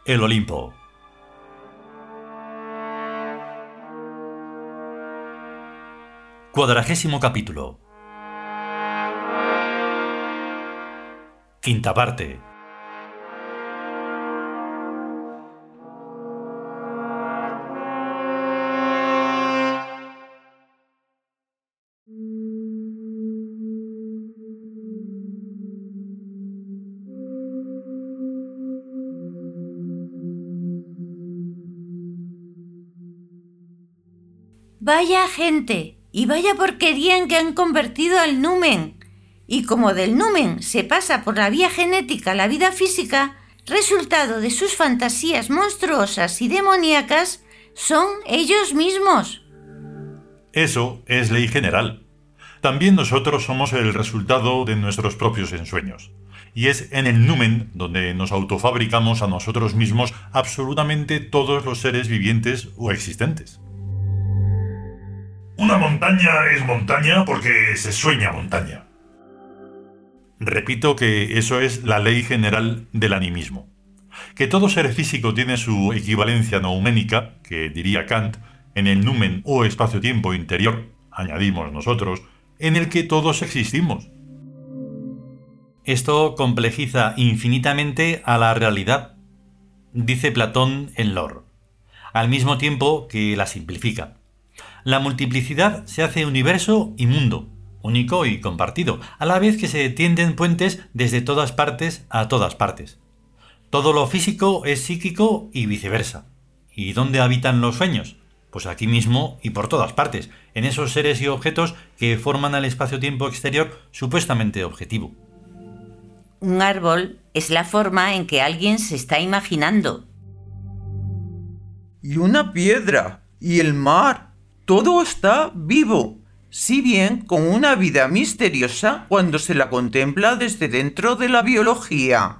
El Olimpo. Cuadragésimo capítulo. Quinta parte. Vaya gente, y vaya porquería en que han convertido al numen. Y como del numen se pasa por la vía genética a la vida física, resultado de sus fantasías monstruosas y demoníacas son ellos mismos. Eso es ley general. También nosotros somos el resultado de nuestros propios ensueños. Y es en el numen donde nos autofabricamos a nosotros mismos absolutamente todos los seres vivientes o existentes. Una montaña es montaña porque se sueña montaña. Repito que eso es la ley general del animismo. Que todo ser físico tiene su equivalencia nouménica, que diría Kant, en el numen o espacio-tiempo interior, añadimos nosotros, en el que todos existimos. Esto complejiza infinitamente a la realidad, dice Platón en Lor, al mismo tiempo que la simplifica. La multiplicidad se hace universo y mundo, único y compartido, a la vez que se tienden puentes desde todas partes a todas partes. Todo lo físico es psíquico y viceversa. ¿Y dónde habitan los sueños? Pues aquí mismo y por todas partes, en esos seres y objetos que forman al espacio-tiempo exterior supuestamente objetivo. Un árbol es la forma en que alguien se está imaginando. Y una piedra, y el mar. Todo está vivo, si bien con una vida misteriosa cuando se la contempla desde dentro de la biología.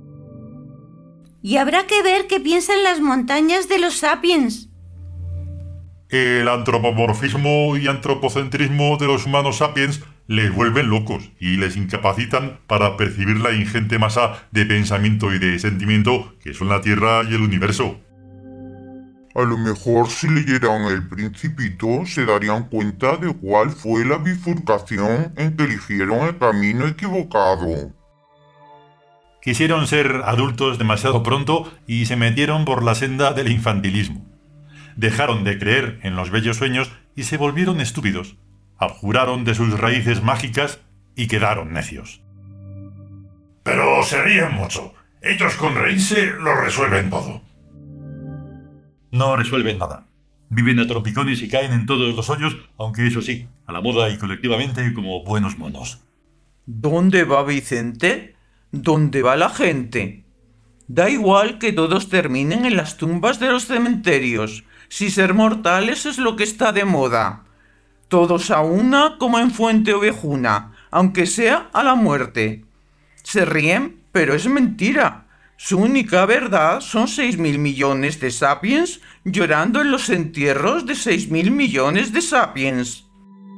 Y habrá que ver qué piensan las montañas de los sapiens. El antropomorfismo y antropocentrismo de los humanos sapiens les vuelven locos y les incapacitan para percibir la ingente masa de pensamiento y de sentimiento que son la Tierra y el universo. A lo mejor si leyeran El Principito se darían cuenta de cuál fue la bifurcación en que eligieron el camino equivocado. Quisieron ser adultos demasiado pronto y se metieron por la senda del infantilismo. Dejaron de creer en los bellos sueños y se volvieron estúpidos. Abjuraron de sus raíces mágicas y quedaron necios. Pero se ríen mucho. Ellos con reírse lo resuelven todo. No resuelven nada. Viven a trompicones y caen en todos los hoyos, aunque eso sí, a la moda y colectivamente como buenos monos. ¿Dónde va Vicente? ¿Dónde va la gente? Da igual que todos terminen en las tumbas de los cementerios, si ser mortales es lo que está de moda. Todos a una como en Fuente Ovejuna, aunque sea a la muerte. Se ríen, pero es mentira. Su única verdad son 6.000 millones de sapiens llorando en los entierros de 6.000 millones de sapiens.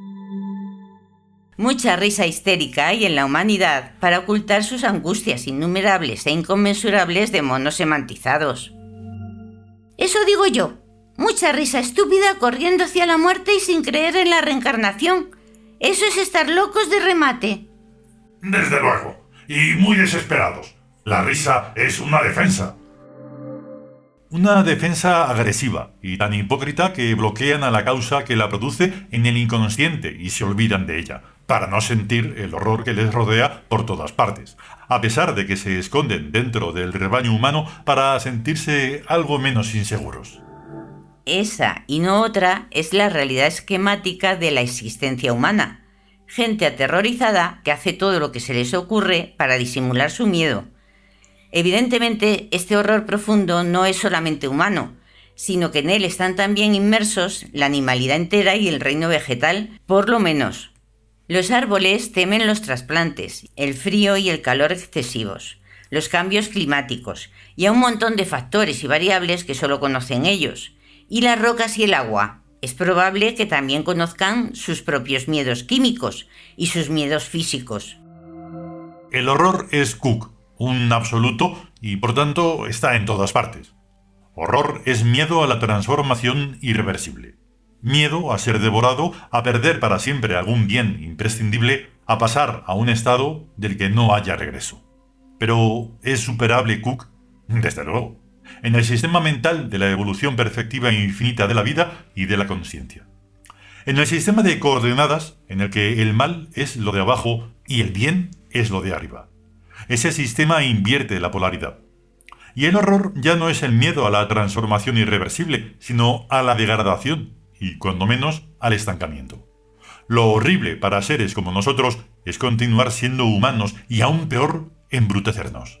Mucha risa histérica hay en la humanidad para ocultar sus angustias innumerables e inconmensurables de monos semantizados. Eso digo yo, mucha risa estúpida corriendo hacia la muerte y sin creer en la reencarnación. Eso es estar locos de remate. Desde luego, y muy desesperados. La risa es una defensa. Una defensa agresiva y tan hipócrita que bloquean a la causa que la produce en el inconsciente y se olvidan de ella, para no sentir el horror que les rodea por todas partes, a pesar de que se esconden dentro del rebaño humano para sentirse algo menos inseguros. Esa y no otra es la realidad esquemática de la existencia humana. Gente aterrorizada que hace todo lo que se les ocurre para disimular su miedo. Evidentemente, este horror profundo no es solamente humano, sino que en él están también inmersos la animalidad entera y el reino vegetal, por lo menos. Los árboles temen los trasplantes, el frío y el calor excesivos, los cambios climáticos y a un montón de factores y variables que solo conocen ellos. Y las rocas y el agua. Es probable que también conozcan sus propios miedos químicos y sus miedos físicos. El horror es Cook, un absoluto y por tanto está en todas partes. Horror es miedo a la transformación irreversible. Miedo a ser devorado, a perder para siempre algún bien imprescindible, a pasar a un estado del que no haya regreso. Pero ¿es superable Cook? Desde luego. En el sistema mental de la evolución perfectiva e infinita de la vida y de la conciencia. En el sistema de coordenadas, en el que el mal es lo de abajo y el bien es lo de arriba. Ese sistema invierte la polaridad. Y el horror ya no es el miedo a la transformación irreversible, sino a la degradación y, cuando menos, al estancamiento. Lo horrible para seres como nosotros es continuar siendo humanos y, aún peor, embrutecernos.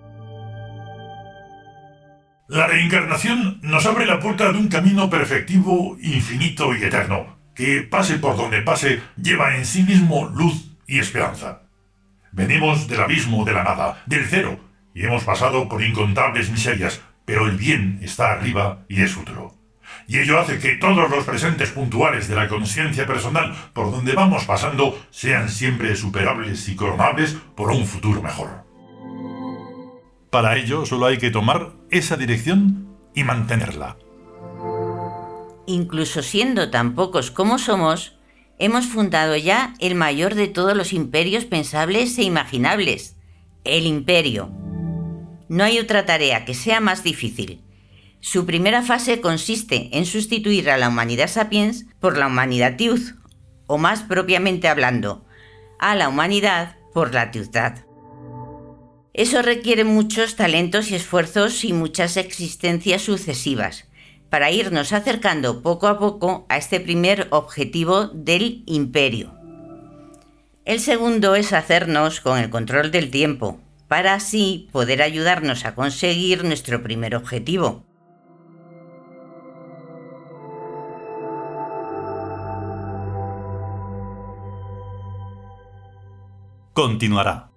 La reencarnación nos abre la puerta de un camino perfectivo, infinito y eterno, que, pase por donde pase, lleva en sí mismo luz y esperanza. Venimos del abismo de la nada, del cero, y hemos pasado por incontables miserias, pero el bien está arriba y es futuro. Y ello hace que todos los presentes puntuales de la conciencia personal por donde vamos pasando sean siempre superables y coronables por un futuro mejor. Para ello solo hay que tomar esa dirección y mantenerla. Incluso siendo tan pocos como somos, hemos fundado ya el mayor de todos los imperios pensables e imaginables, el Imperio. No hay otra tarea que sea más difícil. Su primera fase consiste en sustituir a la humanidad sapiens por la humanidad Tiuth, o más propiamente hablando, a la humanidad por la Tiuhtad. Eso requiere muchos talentos y esfuerzos y muchas existencias sucesivas, para irnos acercando poco a poco a este primer objetivo del imperio. El segundo es hacernos con el control del tiempo, para así poder ayudarnos a conseguir nuestro primer objetivo. Continuará.